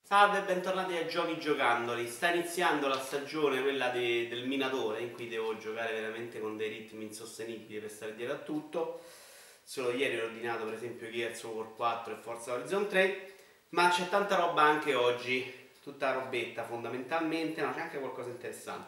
Salve e bentornati a Giochi Giocandoli. Sta iniziando la stagione, quella del minatore, in cui devo giocare veramente con dei ritmi insostenibili per stare dietro a tutto. Solo ieri ho ordinato per esempio Gears of War 4 e Forza Horizon 3, ma c'è tanta roba anche oggi, tutta robetta fondamentalmente, ma c'è anche qualcosa di interessante.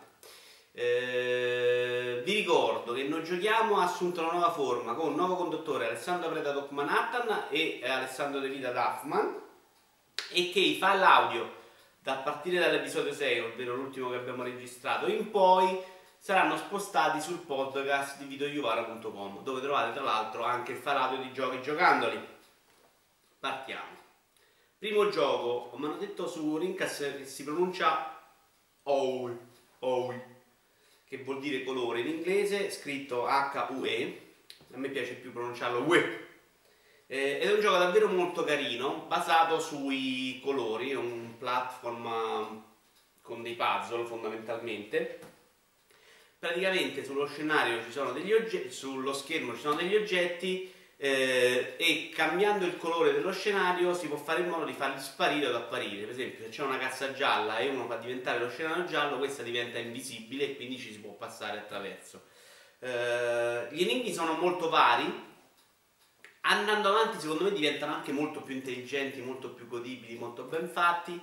Vi ricordo che noi giochiamo ha assunto una nuova forma con un nuovo conduttore, Alessandro Preda Doc Manhattan e Alessandro De Vita Duffman, e che i file audio da partire dall'episodio 6, ovvero l'ultimo che abbiamo registrato, in poi saranno spostati sul podcast di videoiuvara.com, dove trovate tra l'altro anche il file audio di Giochi Giocandoli. Partiamo. Primo gioco, mi hanno detto su Rincas che si pronuncia OUI, che vuol dire colore in inglese, scritto H-U-E. A me piace più pronunciarlo UE. Ed è un gioco davvero molto carino, basato sui colori, è un platform con dei puzzle fondamentalmente. Praticamente sullo scenario ci sono degli oggetti, sullo schermo ci sono degli oggetti e cambiando il colore dello scenario si può fare in modo di farli sparire o apparire. Per esempio, se c'è una cassa gialla e uno fa diventare lo scenario giallo, questa diventa invisibile e quindi ci si può passare attraverso. Gli enigmi sono molto vari. Andando avanti secondo me diventano anche molto più intelligenti, molto più godibili, molto ben fatti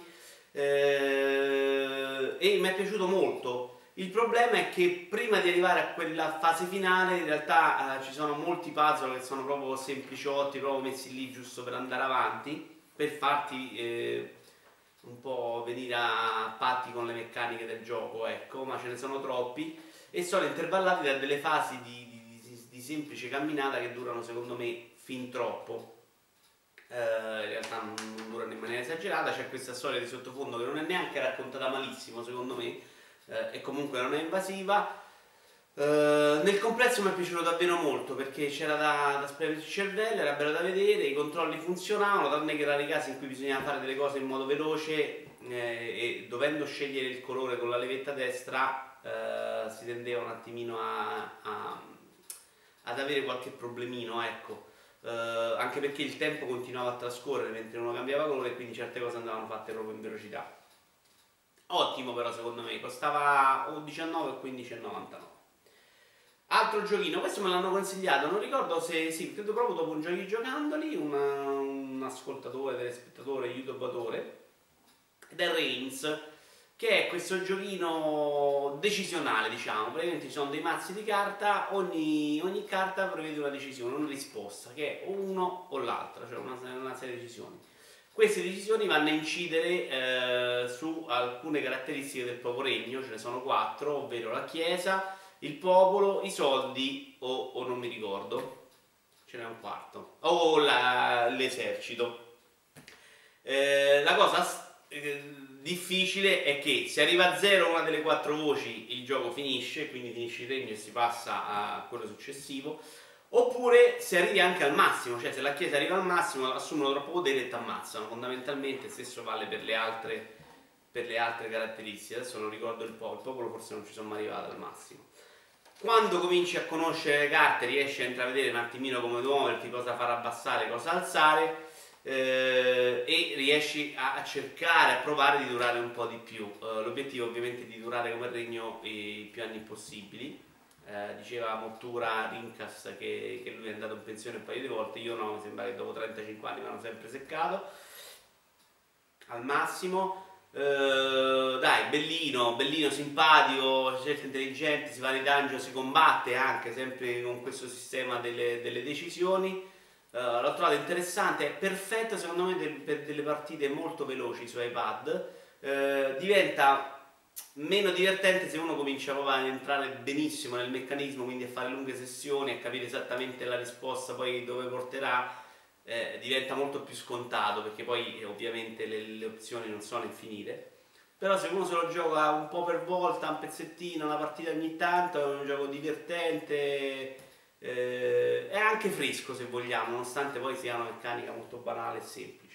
e mi è piaciuto molto. Il problema è che prima di arrivare a quella fase finale in realtà ci sono molti puzzle che sono proprio sempliciotti, proprio messi lì giusto per andare avanti, per farti un po' venire a patti con le meccaniche del gioco, ecco, ma ce ne sono troppi e sono intervallati da delle fasi di semplice camminata che durano secondo me fin troppo. In realtà non durano in maniera esagerata, c'è questa storia di sottofondo che non è neanche raccontata malissimo secondo me e comunque non è invasiva. Nel complesso mi è piaciuto davvero molto perché c'era da spremersi il cervello, era bello da vedere, i controlli funzionavano, tranne che rari casi in cui bisognava fare delle cose in modo veloce e dovendo scegliere il colore con la levetta destra si tendeva un attimino ad avere qualche problemino, ecco. Anche perché il tempo continuava a trascorrere mentre uno cambiava colore e quindi certe cose andavano fatte proprio in velocità. Ottimo però secondo me, costava o 19 o 15,99. Altro giochino, questo me l'hanno consigliato, non ricordo se sì, credo proprio dopo un giochi giocandoli, un ascoltatore, telespettatore, youtubatore, ed è Reigns, che è questo giochino decisionale, diciamo. Praticamente ci sono dei mazzi di carta, ogni carta prevede una decisione, una risposta, che è o uno o l'altra, cioè una serie di decisioni. Queste decisioni vanno a incidere su alcune caratteristiche del proprio regno, ce ne sono 4, ovvero la chiesa, il popolo, i soldi o non mi ricordo, ce n'è un quarto, o l'esercito. La cosa difficile è che se arriva a 0 una delle 4 voci il gioco finisce, quindi finisce il regno e si passa a quello successivo, oppure se arrivi anche al massimo, cioè se la chiesa arriva al massimo assumono troppo potere e ti ammazzano. Fondamentalmente stesso vale per le altre caratteristiche, adesso non ricordo il popolo forse non ci sono mai arrivato al massimo. Quando cominci a conoscere le carte riesci a intravedere un attimino come muoverti, cosa far abbassare, cosa alzare e riesci a cercare, a provare di durare un po' di più. L'obiettivo ovviamente è di durare come regno i più anni possibili. Diceva Mottura Rincas che lui è andato in pensione un paio di volte, io no, mi sembra che dopo 35 anni mi hanno sempre seccato al massimo. Dai, bellino, simpatico, scelte intelligenti, si va nei dungeon, si combatte anche sempre con questo sistema delle decisioni. L'ho trovato interessante, è perfetto secondo me per delle partite molto veloci su iPad. Diventa meno divertente se uno comincia proprio ad entrare benissimo nel meccanismo, quindi a fare lunghe sessioni, a capire esattamente la risposta poi dove porterà. Diventa molto più scontato perché poi ovviamente le opzioni non sono infinite. Però se uno se lo gioca un po' per volta, un pezzettino, una partita ogni tanto, è un gioco divertente, è anche fresco se vogliamo, nonostante poi sia una meccanica molto banale e semplice.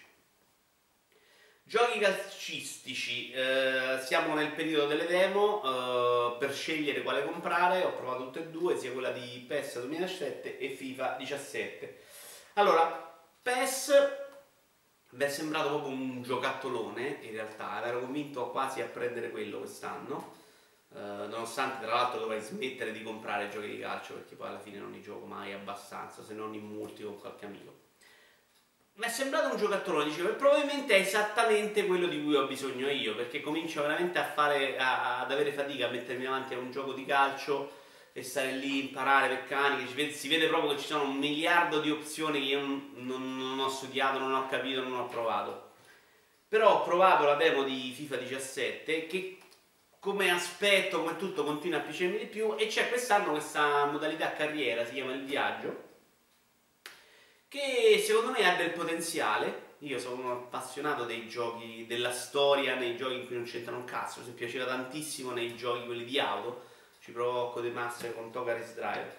Giochi calcistici, siamo nel periodo delle demo, per scegliere quale comprare ho provato tutte e due, sia quella di PES 2007 e FIFA 17. Allora, PES mi è sembrato proprio un giocattolone, in realtà, ero convinto quasi a prendere quello quest'anno, nonostante tra l'altro dovrei smettere di comprare giochi di calcio perché poi alla fine non li gioco mai abbastanza, se non in multi con qualche amico. Mi è sembrato un giocattolone, dicevo, e probabilmente è esattamente quello di cui ho bisogno io, perché comincio veramente ad avere fatica a mettermi davanti a un gioco di calcio e stare lì, imparare meccaniche, si vede proprio che ci sono un miliardo di opzioni che io non ho studiato, non ho capito, non ho provato. Però ho provato la demo di FIFA 17 che come aspetto, come tutto, continua a piacermi di più, e c'è quest'anno questa modalità carriera, si chiama il viaggio, che secondo me ha del potenziale. Io sono un appassionato dei giochi, della storia, nei giochi in cui non c'entra un cazzo, mi piaceva tantissimo nei giochi quelli di auto, ci provo Codemasters con Toga Race Drive.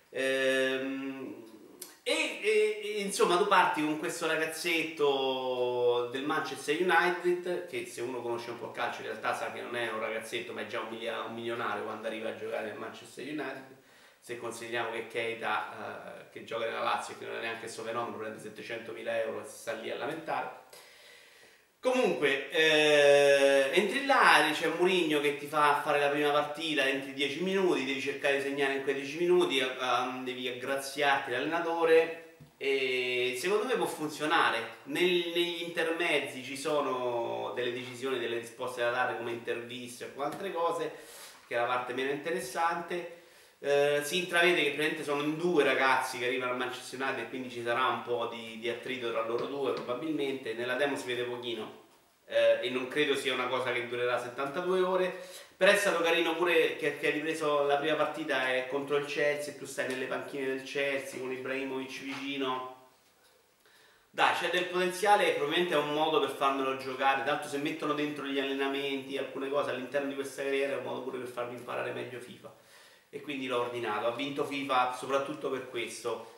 Insomma tu parti con questo ragazzetto del Manchester United, che se uno conosce un po' il calcio in realtà sa che non è un ragazzetto ma è già un milionario quando arriva a giocare nel Manchester United, se consideriamo che Keita, che gioca nella Lazio e che non è neanche il suo fenomeno, prende 700.000 euro e si sta lì a lamentare. Comunque, entri là, c'è Mourinho che ti fa fare la prima partita, entri 10 minuti, devi cercare di segnare in quei 10 minuti, devi aggraziarti l'allenatore, e secondo me può funzionare. Negli intermezzi ci sono delle decisioni, delle risposte da dare come interviste o altre cose, che è la parte meno interessante. Si intravede che praticamente sono in due ragazzi che arrivano al Manchester United e quindi ci sarà un po' di attrito tra loro due probabilmente. Nella demo si vede pochino e non credo sia una cosa che durerà 72 ore, però è stato carino pure che hai ripreso la prima partita è contro il Chelsea e tu stai nelle panchine del Chelsea con Ibrahimovic vicino. Dai, c'è del potenziale e probabilmente è un modo per farmelo giocare. Tanto se mettono dentro gli allenamenti, alcune cose all'interno di questa carriera, è un modo pure per farmi imparare meglio FIFA. E quindi l'ho ordinato. Ha vinto FIFA soprattutto per questo.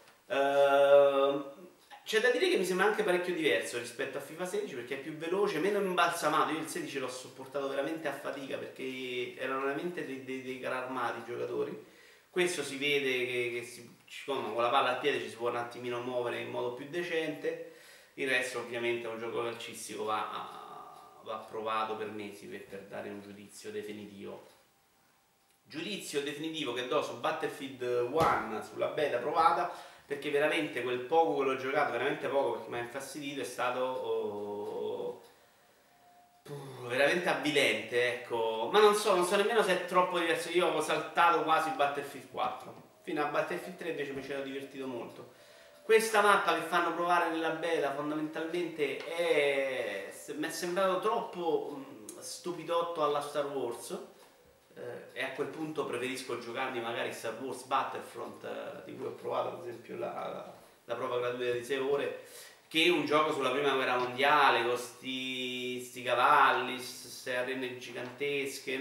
C'è da dire che mi sembra anche parecchio diverso rispetto a FIFA 16 perché è più veloce, meno imbalsamato. Io il 16 l'ho sopportato veramente a fatica perché erano veramente dei carri armati i giocatori. Questo si vede con la palla al piede ci si può un attimino muovere in modo più decente. Il resto ovviamente è un gioco calcistico, va provato per mesi per dare un giudizio definitivo. Giudizio definitivo che do su Battlefield 1 sulla beta provata, perché veramente quel poco che l'ho giocato, veramente poco perché mi ha infastidito, è stato veramente avvilente, ecco. Ma non so nemmeno se è troppo diverso. Io ho saltato quasi Battlefield 4 fino a Battlefield 3, invece mi ci ero divertito molto. Questa mappa che fanno provare nella beta fondamentalmente mi è sembrato troppo stupidotto alla Star Wars, e a quel punto preferisco giocarmi magari Star Wars Battlefront, di cui ho provato per esempio la prova gratuita di 6 ore, che un gioco sulla prima guerra mondiale con sti cavalli, queste arene gigantesche.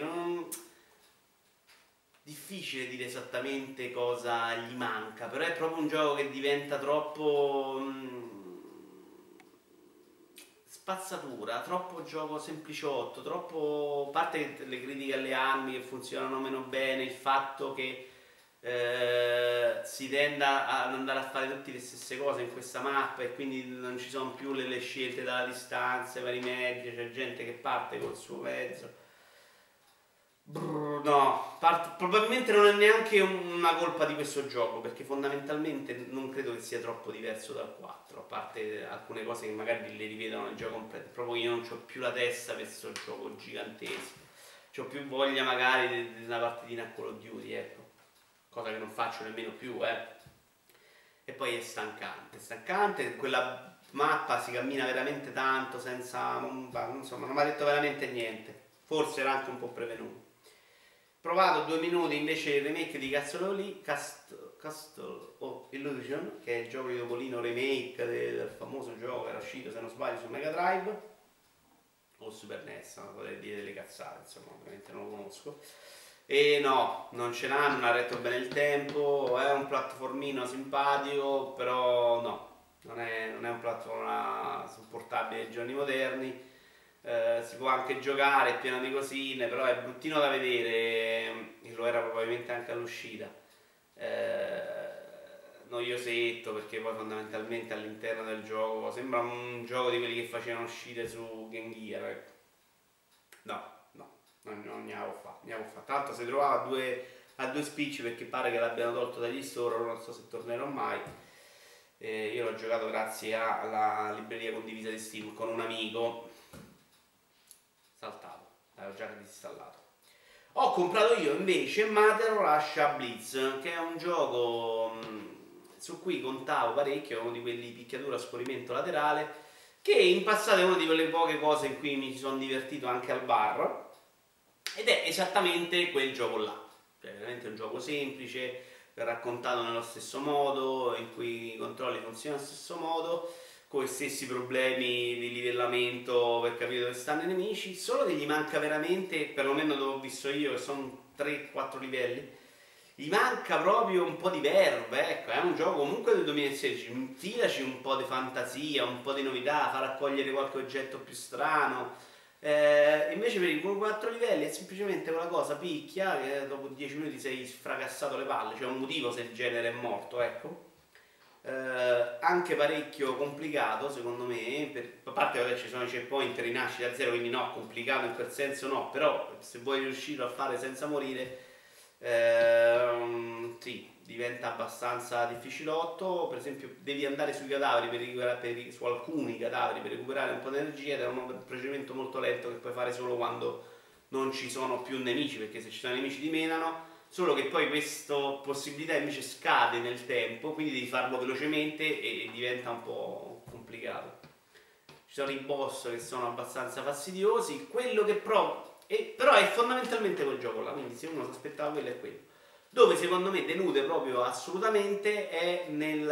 Difficile dire esattamente cosa gli manca, però è proprio un gioco che diventa troppo spazzatura, troppo gioco sempliciotto, troppo, a parte le critiche alle armi che funzionano meno bene, il fatto che si tenda ad andare a fare tutte le stesse cose in questa mappa e quindi non ci sono più le scelte dalla distanza, i vari mezzi, c'è gente che parte col suo mezzo. No, probabilmente non è neanche una colpa di questo gioco, perché fondamentalmente non credo che sia troppo diverso dal 4, a parte alcune cose che magari le rivedono nel gioco completo, proprio io non ho più la testa per questo gioco gigantesco, ho più voglia magari di una partitina a Call of Duty, ecco, cosa che non faccio nemmeno più, E poi è stancante, quella mappa si cammina veramente tanto senza, insomma, non mi ha detto veramente niente, forse era anche un po' prevenuto. Provato 2 minuti invece il remake di Castle of Illusion, che è il gioco di Topolino remake del famoso gioco che era uscito, se non sbaglio, su Mega Drive o Super NES, non potrei dire delle cazzate, insomma, ovviamente non lo conosco. E no, non ce l'hanno, non ha retto bene il tempo, è un platformino simpatico, però no, non è un platform supportabile ai giorni moderni. Si può anche giocare, è pieno di cosine, però è bruttino da vedere, e lo era probabilmente anche all'uscita. noiosetto, perché poi fondamentalmente all'interno del gioco sembra un gioco di quelli che facevano uscire su Game Gear, ecco. Non ne avevo fatto, Tra l'altro si trovava a due spicci, perché pare che l'abbiano tolto dagli store, non so se tornerò mai. Io l'ho giocato grazie alla libreria condivisa di Steam con un amico. Saltato, l'avevo già disinstallato. Ho comprato io invece Mater Russia Blitz, che è un gioco su cui contavo parecchio, uno di quelli picchiatura a scorrimento laterale, che in passato è una di quelle poche cose in cui mi sono divertito anche al bar, ed è esattamente quel gioco là. Cioè veramente un gioco semplice, raccontato nello stesso modo, in cui i controlli funzionano allo stesso modo, con gli stessi problemi di livellamento per capire dove stanno i nemici, solo che gli manca veramente, perlomeno dove ho visto io, che sono 3-4 livelli, gli manca proprio un po' di verve, ecco, è un gioco comunque del 2016, infilaci un po' di fantasia, un po' di novità, fa raccogliere qualche oggetto più strano. Invece per i 4 livelli è semplicemente quella cosa picchia che dopo 10 minuti sei sfracassato le palle, c'è un motivo se il genere è morto, ecco. Anche parecchio complicato secondo me, a parte che ci sono i checkpoint, rinasci da zero, quindi no, complicato in quel senso no, però se vuoi riuscire a fare senza morire, sì, diventa abbastanza difficilotto. Per esempio devi andare sui cadaveri su alcuni cadaveri per recuperare un po' di energia, ed è un procedimento molto lento che puoi fare solo quando non ci sono più nemici, perché se ci sono nemici ti menano. Solo che poi questa possibilità invece scade nel tempo, quindi devi farlo velocemente e diventa un po' complicato. Ci sono i boss che sono abbastanza fastidiosi, quello che però è fondamentalmente quel gioco là, quindi se uno si aspettava quello è quello. Dove secondo me delude proprio assolutamente è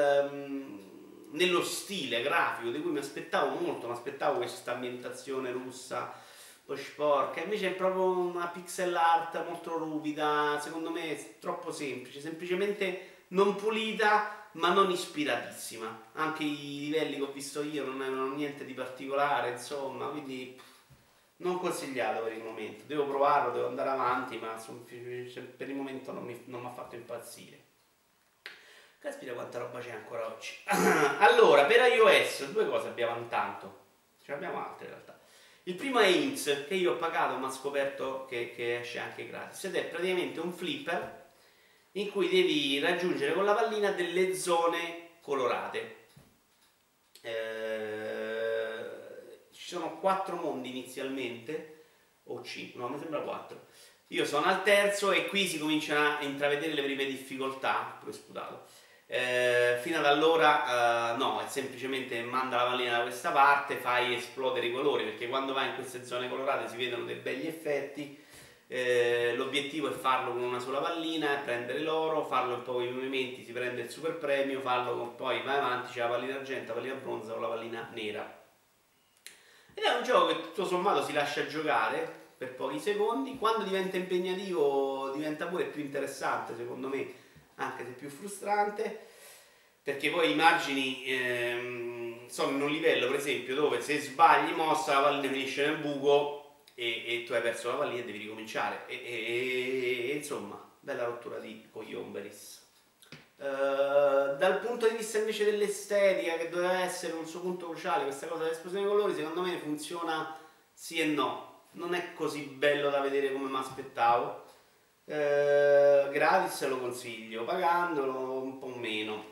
nello stile grafico, di cui mi aspettavo molto, mi aspettavo questa ambientazione russa sporca, invece è proprio una pixel art molto ruvida, secondo me è troppo semplice, semplicemente non pulita ma non ispiratissima. Anche i livelli che ho visto io non avevano niente di particolare, insomma, quindi non consigliato per il momento. Devo provarlo, devo andare avanti, ma per il momento non mi ha fatto impazzire. Caspita quanta roba c'è ancora oggi. Allora, per iOS due cose abbiamo intanto, ce ne abbiamo altre in realtà. Il primo è Inks, che io ho pagato ma ho scoperto che esce anche gratis, ed è praticamente un flipper in cui devi raggiungere con la pallina delle zone colorate. Ci sono 4 mondi inizialmente, o 5, no, mi sembra 4. Io sono al terzo e qui si cominciano a intravedere le prime difficoltà, pure sputato. Fino ad allora no, è semplicemente manda la pallina da questa parte, fai esplodere i colori, perché quando vai in queste zone colorate si vedono dei begli effetti. L'obiettivo è farlo con una sola pallina, prendere l'oro, farlo in pochi movimenti, si prende il super premio, farlo poi vai avanti, c'è la pallina argento, la pallina bronzo o la pallina nera. Ed è un gioco che tutto sommato si lascia giocare per pochi secondi, quando diventa impegnativo diventa pure più interessante secondo me, anche se più frustrante, perché poi i margini sono in un livello per esempio dove se sbagli mossa la pallina finisce nel buco e tu hai perso la pallina e devi ricominciare e insomma, bella rottura di cogliomberis. Dal punto di vista invece dell'estetica, che doveva essere un suo punto cruciale, questa cosa dell'esplosione dei colori secondo me funziona sì e no, non è così bello da vedere come mi aspettavo. Gratis lo consiglio, pagandolo un po' meno.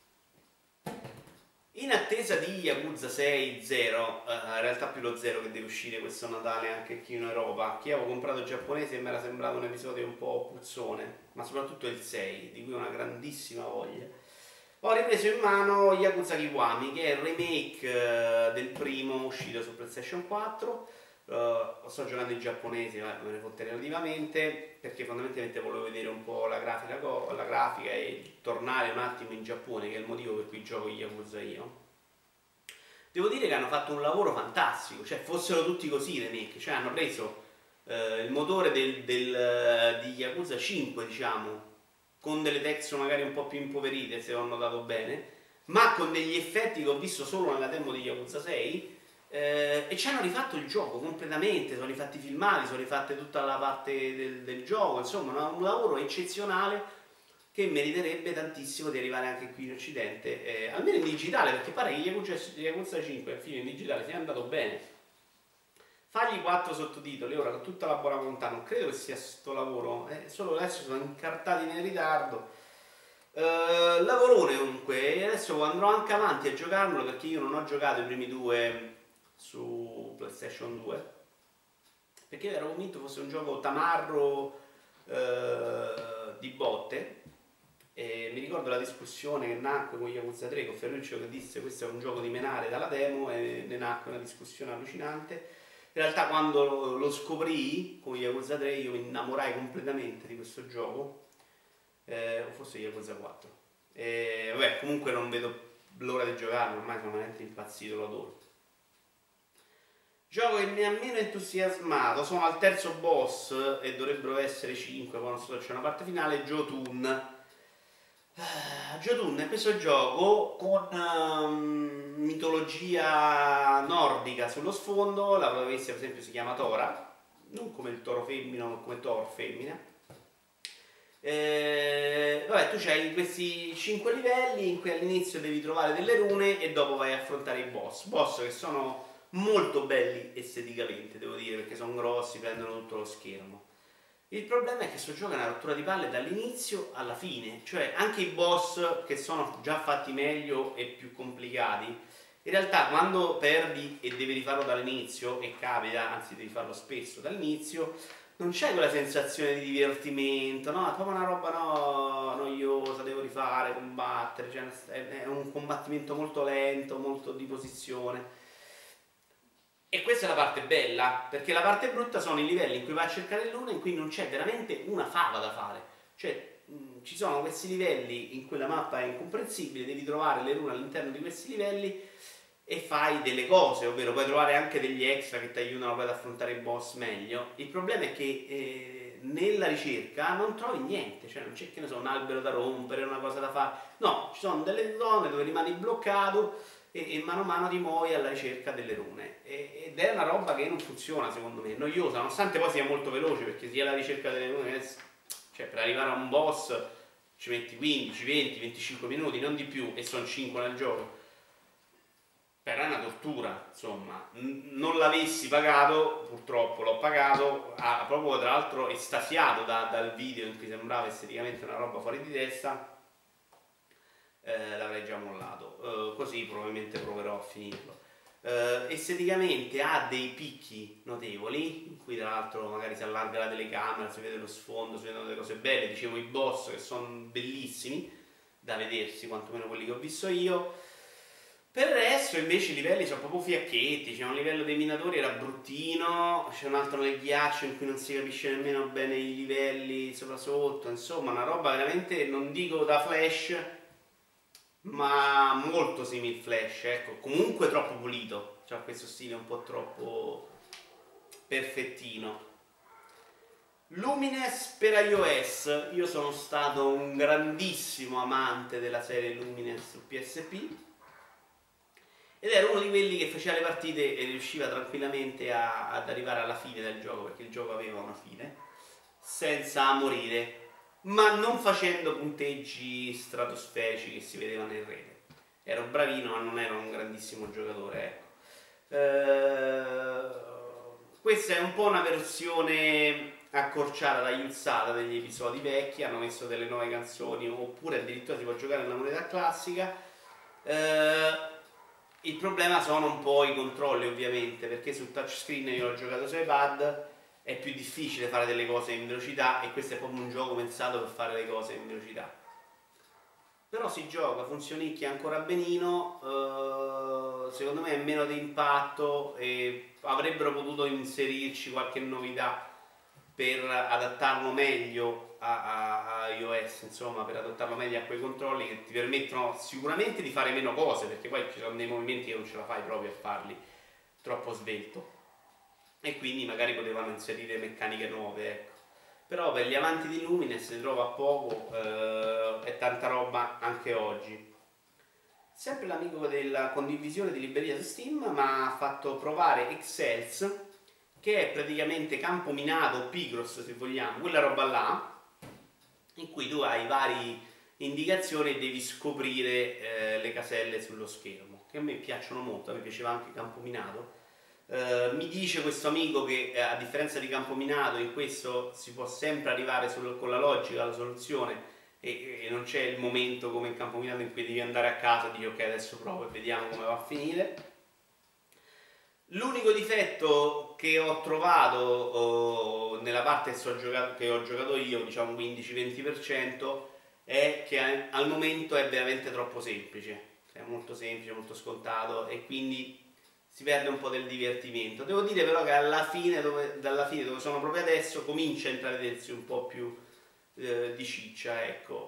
In attesa di Yakuza 6 0, in realtà più lo 0 che deve uscire questo Natale anche qui in Europa, che avevo comprato il giapponese e mi era sembrato un episodio un po' puzzone, ma soprattutto il 6, di cui ho una grandissima voglia. Ho ripreso in mano Yakuza Kiwami, che è il remake del primo uscito su PlayStation 4. Sto giocando in giapponese, ma me ne fotte relativamente, perché fondamentalmente volevo vedere un po' la grafica e tornare un attimo in Giappone, che è il motivo per cui gioco Yakuza io. Devo dire che hanno fatto un lavoro fantastico, cioè fossero tutti così i remake, cioè hanno preso il motore di Yakuza 5, diciamo, con delle texture magari un po' più impoverite, se ho notato bene, ma con degli effetti che ho visto solo nella demo di Yakuza 6, e ci hanno rifatto il gioco completamente, sono rifatti filmati, sono rifatte tutta la parte del gioco, insomma un lavoro eccezionale che meriterebbe tantissimo di arrivare anche qui in Occidente, almeno in digitale, perché pare che Yakuza 5 al fine in digitale sia andato bene. Fagli 4 sottotitoli, ora con tutta la buona volontà, non credo che sia sto lavoro, solo adesso sono incartati nel ritardo. Lavorone comunque, adesso andrò anche avanti a giocarmelo perché io non ho giocato i primi due su PlayStation 2, perché ero convinto fosse un gioco tamarro di botte. E mi ricordo la discussione che nacque con Yakuza 3, con Ferruccio che disse questo è un gioco di menare dalla demo, e ne nacque una discussione allucinante. In realtà quando lo scoprì con Yakuza 3 io mi innamorai completamente di questo gioco, o forse Yakuza 4. Vabbè, comunque non vedo l'ora di giocarlo, ormai sono veramente impazzito, lo adoro. Gioco che mi ha meno entusiasmato, sono al terzo boss e dovrebbero essere 5, poi non so se c'è una parte finale, Jotun. Jotun è questo gioco con mitologia nordica sullo sfondo, la protagonista per esempio si chiama Tora, non come il toro femmina, ma come Thor femmina. Vabbè, tu hai questi 5 livelli in cui all'inizio devi trovare delle rune e dopo vai a affrontare i boss che sono molto belli esteticamente, devo dire, perché sono grossi, prendono tutto lo schermo. Il problema è che sto gioco è una rottura di palle dall'inizio alla fine, cioè anche i boss che sono già fatti meglio e più complicati, in realtà quando perdi e devi rifarlo dall'inizio, e capita, anzi devi farlo spesso dall'inizio, non c'è quella sensazione di divertimento, no? È proprio una roba noiosa, devo rifare, combattere, cioè è un combattimento molto lento, molto di posizione. E questa è la parte bella, perché la parte brutta sono i livelli in cui vai a cercare l'una in cui non c'è veramente una fava da fare. Cioè, ci sono questi livelli in cui la mappa è incomprensibile, devi trovare le rune all'interno di questi livelli e fai delle cose, ovvero puoi trovare anche degli extra che ti aiutano poi ad affrontare i boss meglio. Il problema è che nella ricerca non trovi niente, cioè non c'è, che ne so, un albero da rompere, una cosa da fare. No, ci sono delle zone dove rimani bloccato e mano a mano ti muovi alla ricerca delle rune. Ed è una roba che non funziona secondo me, è noiosa, nonostante poi sia molto veloce, perché sia la ricerca delle rune, cioè per arrivare a un boss ci metti 15, 20, 25 minuti, non di più, e sono 5 nel gioco. Però è una tortura, insomma. Non l'avessi pagato, purtroppo l'ho pagato, proprio tra l'altro estasiato dal video in cui sembrava esteticamente una roba fuori di testa, l'avrei già mollato. Così probabilmente proverò a finirlo. Esteticamente ha dei picchi notevoli, in cui tra l'altro magari si allarga la telecamera, si vede lo sfondo, si vedono delle cose belle, dicevo i boss che sono bellissimi da vedersi, quantomeno quelli che ho visto io. Per il resto invece i livelli sono proprio fiacchetti, c'è un livello dei minatori era bruttino, c'è un altro nel ghiaccio in cui non si capisce nemmeno bene i livelli sopra sotto, insomma una roba veramente, non dico da Flash, ma molto simil Flash, ecco, comunque troppo pulito, c'ha questo stile un po' troppo perfettino. Lumines per iOS, io sono stato un grandissimo amante della serie Lumines su PSP, ed era uno di quelli che faceva le partite e riusciva tranquillamente ad arrivare alla fine del gioco, perché il gioco aveva una fine, senza morire, ma non facendo punteggi stratosferici che si vedevano in rete. Ero bravino, ma non ero un grandissimo giocatore, ecco. Questa è un po' una versione accorciata, tagliuzzata degli episodi vecchi, hanno messo delle nuove canzoni, oppure addirittura si può giocare nella modalità classica. Il problema sono un po' i controlli, ovviamente, perché sul touchscreen io l'ho giocato su iPad, è più difficile fare delle cose in velocità e questo è proprio un gioco pensato per fare le cose in velocità. Però si gioca, funzionicchia ancora benino, secondo me è meno di impatto e avrebbero potuto inserirci qualche novità per adattarlo meglio a iOS, insomma, per adattarlo meglio a quei controlli che ti permettono sicuramente di fare meno cose, perché poi ci sono dei movimenti che non ce la fai proprio a farli troppo svelto, e quindi magari potevano inserire meccaniche nuove, ecco. Però per gli amanti di Lumines si trova poco, è tanta roba anche oggi. Sempre l'amico della condivisione di libreria su Steam mi ha fatto provare Excels, che è praticamente campo minato, Picross se vogliamo, quella roba là, in cui tu hai vari indicazioni e devi scoprire le caselle sullo schermo, che a me piacciono molto, a me piaceva anche Campo Minato. Mi dice questo amico che a differenza di Campo Minato in questo si può sempre arrivare con la logica alla soluzione e non c'è il momento come in Campo Minato in cui devi andare a casa e dici ok adesso provo e vediamo come va a finire. L'unico difetto che ho trovato nella parte che ho giocato io, diciamo 15-20%, è che al momento è veramente troppo semplice, è molto semplice, molto scontato e quindi si perde un po' del divertimento. Devo dire però che dalla fine dove sono proprio adesso comincia a intravedersi un po' più di ciccia,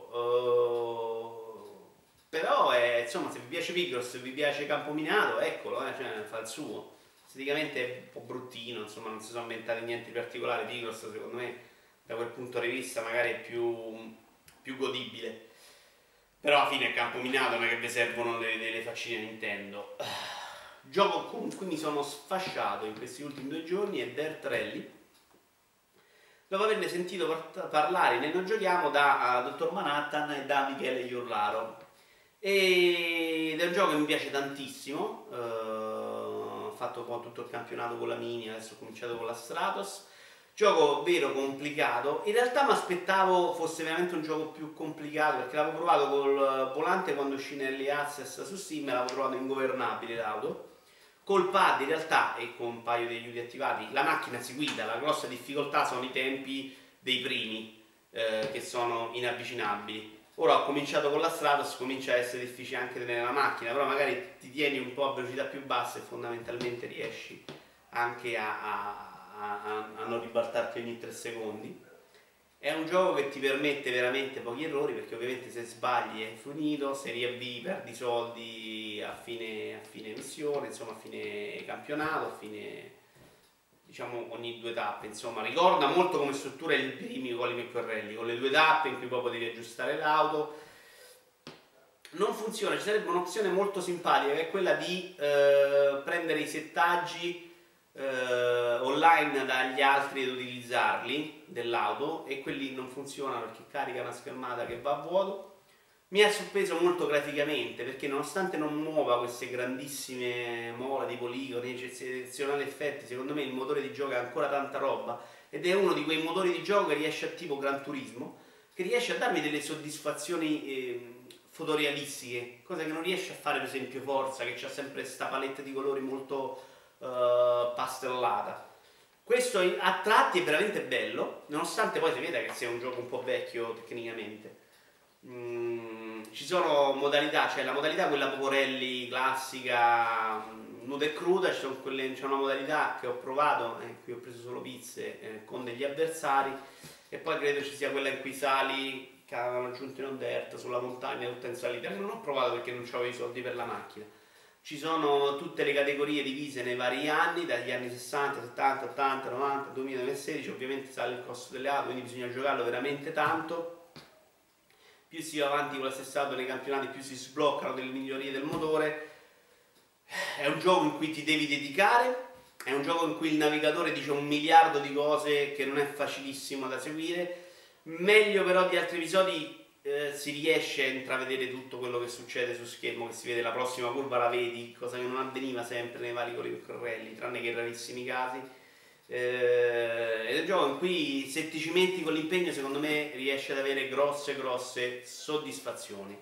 ecco. Però insomma se vi piace Picross, se vi piace Campo Minato, eccolo, cioè, fa il suo. Esteticamente è un po' bruttino, insomma non si sono inventati niente di particolare. Picross secondo me da quel punto di vista magari è più godibile, però alla fine è Campo Minato, non è che vi servono le faccine Nintendo. Gioco con cui mi sono sfasciato in questi ultimi 2 giorni è Dirt Rally. Dopo averne sentito parlare ne giochiamo da Dottor Manhattan e da Michele Iurlaro, ed è un gioco che mi piace tantissimo. Ho fatto poi tutto il campionato con la Mini, adesso ho cominciato con la Stratos. Gioco vero complicato, in realtà mi aspettavo fosse veramente un gioco più complicato perché l'avevo provato col volante quando uscì nelle Access su Steam, l'avevo trovato ingovernabile l'auto. Col pad in realtà e con un paio di aiuti attivati la macchina si guida, la grossa difficoltà sono i tempi dei primi che sono inavvicinabili. Ora ho cominciato con la Stratos, comincia a essere difficile anche tenere la macchina, però magari ti tieni un po' a velocità più bassa e fondamentalmente riesci anche a non ribaltarti ogni 3 secondi. È un gioco che ti permette veramente pochi errori perché ovviamente se sbagli è finito, se riavvii perdi soldi a fine missione, insomma a fine campionato, a fine diciamo ogni 2 tappe, insomma ricorda molto come struttura i primi Colin McQuarrelli, con le 2 tappe in cui poi potevi aggiustare l'auto. Non funziona, ci sarebbe un'opzione molto simpatica che è quella di prendere i settaggi online dagli altri ed utilizzarli dell'auto, e quelli non funzionano perché carica una schermata che va a vuoto. Mi ha sorpreso molto graficamente perché nonostante non muova queste grandissime mole di poligoni, eccezionali effetti, secondo me il motore di gioco ha ancora tanta roba ed è uno di quei motori di gioco che riesce a tipo Gran Turismo, che riesce a darmi delle soddisfazioni fotorealistiche, cosa che non riesce a fare per esempio Forza, che ha sempre questa palette di colori molto pastellata. Questo a tratti è veramente bello, nonostante poi si veda che sia un gioco un po' vecchio tecnicamente. Ci sono modalità, c'è la modalità quella Poporelli classica, nuda e cruda, c'è una modalità che ho provato, qui ho preso solo pizze con degli avversari, e poi credo ci sia quella in cui sali, che avevano aggiunto in Dirt, sulla montagna tutta in salita, che non ho provato perché non avevo i soldi per la macchina. Ci sono tutte le categorie divise nei vari anni, dagli anni 60, 70, 80, 90, 2000, 2016, ovviamente sale il costo delle auto, quindi bisogna giocarlo veramente tanto. Più si va avanti con la stessa auto nei campionati, più si sbloccano delle migliorie del motore. È un gioco in cui ti devi dedicare, è un gioco in cui il navigatore dice 1 miliardo di cose che non è facilissimo da seguire. Meglio però di altri episodi si riesce a intravedere tutto quello che succede su schermo, che si vede la prossima curva, la vedi, cosa che non avveniva sempre nei vari Colin McQuarrelli, tranne che in rarissimi casi. Ed è un gioco in cui se ti ci metti con l'impegno secondo me riesci ad avere grosse soddisfazioni.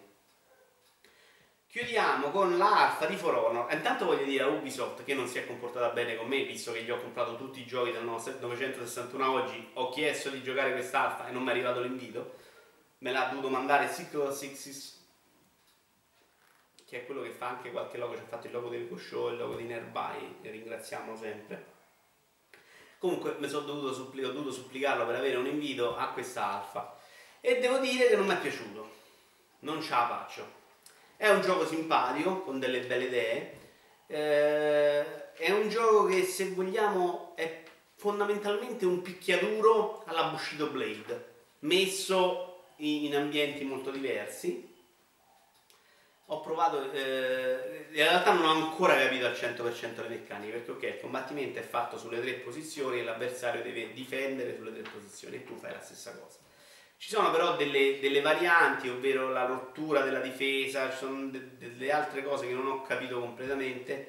Chiudiamo con l'alfa di For Honor. Intanto voglio dire a Ubisoft che non si è comportata bene con me, visto che gli ho comprato tutti i giochi dal 961 a oggi, ho chiesto di giocare quest'alfa e non mi è arrivato l'invito, me l'ha dovuto mandare Secret Sixes, che è quello che fa anche qualche logo, ci ha fatto il logo del Go Show, il logo di Nearby, che ringraziamo sempre. Comunque ho dovuto supplicarlo per avere un invito a questa alfa e devo dire che non mi è piaciuto, non ce la faccio. È un gioco simpatico, con delle belle idee, è un gioco che se vogliamo è fondamentalmente un picchiaduro alla Bushido Blade, messo in ambienti molto diversi. Ho provato, in realtà non ho ancora capito al 100% le meccaniche, perché ok, il combattimento è fatto sulle 3 posizioni e l'avversario deve difendere sulle 3 posizioni e tu fai la stessa cosa. Ci sono però delle varianti, ovvero la rottura della difesa, ci sono delle altre cose che non ho capito completamente,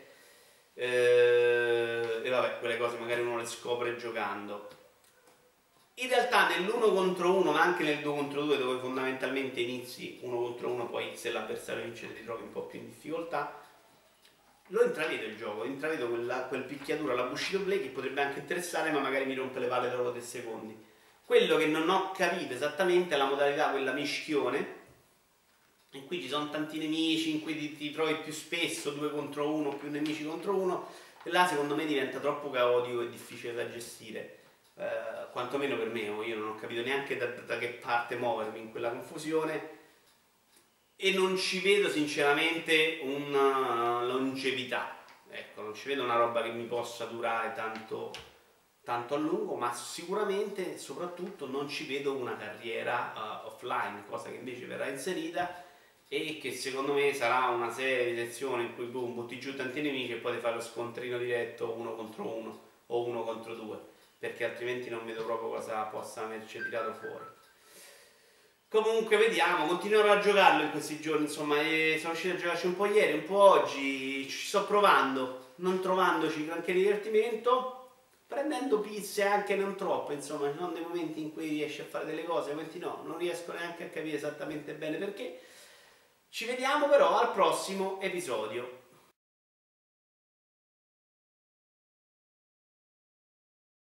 e vabbè, quelle cose magari uno le scopre giocando. In realtà nell'1 contro 1, ma anche nel 2 contro 2, dove fondamentalmente inizi 1 contro 1, poi se l'avversario vince ti trovi un po' più in difficoltà, lo intravedo il gioco, intravedo quel picchiaduro alla Bushido Blade che potrebbe anche interessare, ma magari mi rompe le palle dopo 3 secondi. Quello che non ho capito esattamente è la modalità, quella mischione, in cui ci sono tanti nemici, in cui ti trovi più spesso 2 contro 1, più nemici contro 1, e là secondo me diventa troppo caotico e difficile da gestire. Quantomeno per me, io non ho capito neanche da che parte muovermi in quella confusione e non ci vedo sinceramente una longevità, ecco, non ci vedo una roba che mi possa durare tanto a lungo, ma sicuramente soprattutto non ci vedo una carriera offline, cosa che invece verrà inserita e che secondo me sarà una serie di lezioni in cui boom, butti giù tanti nemici e poi ti fai lo scontrino diretto 1 contro 1 o 1 contro 2, perché altrimenti non vedo proprio cosa possa averci tirato fuori. Comunque vediamo, continuerò a giocarlo in questi giorni, insomma, e sono riuscito a giocarci un po' ieri, un po' oggi, ci sto provando, non trovandoci granché divertimento, prendendo pizze anche non troppo, insomma, ci sono dei momenti in cui riesci a fare delle cose, momenti no, non riesco neanche a capire esattamente bene perché. Ci vediamo però al prossimo episodio.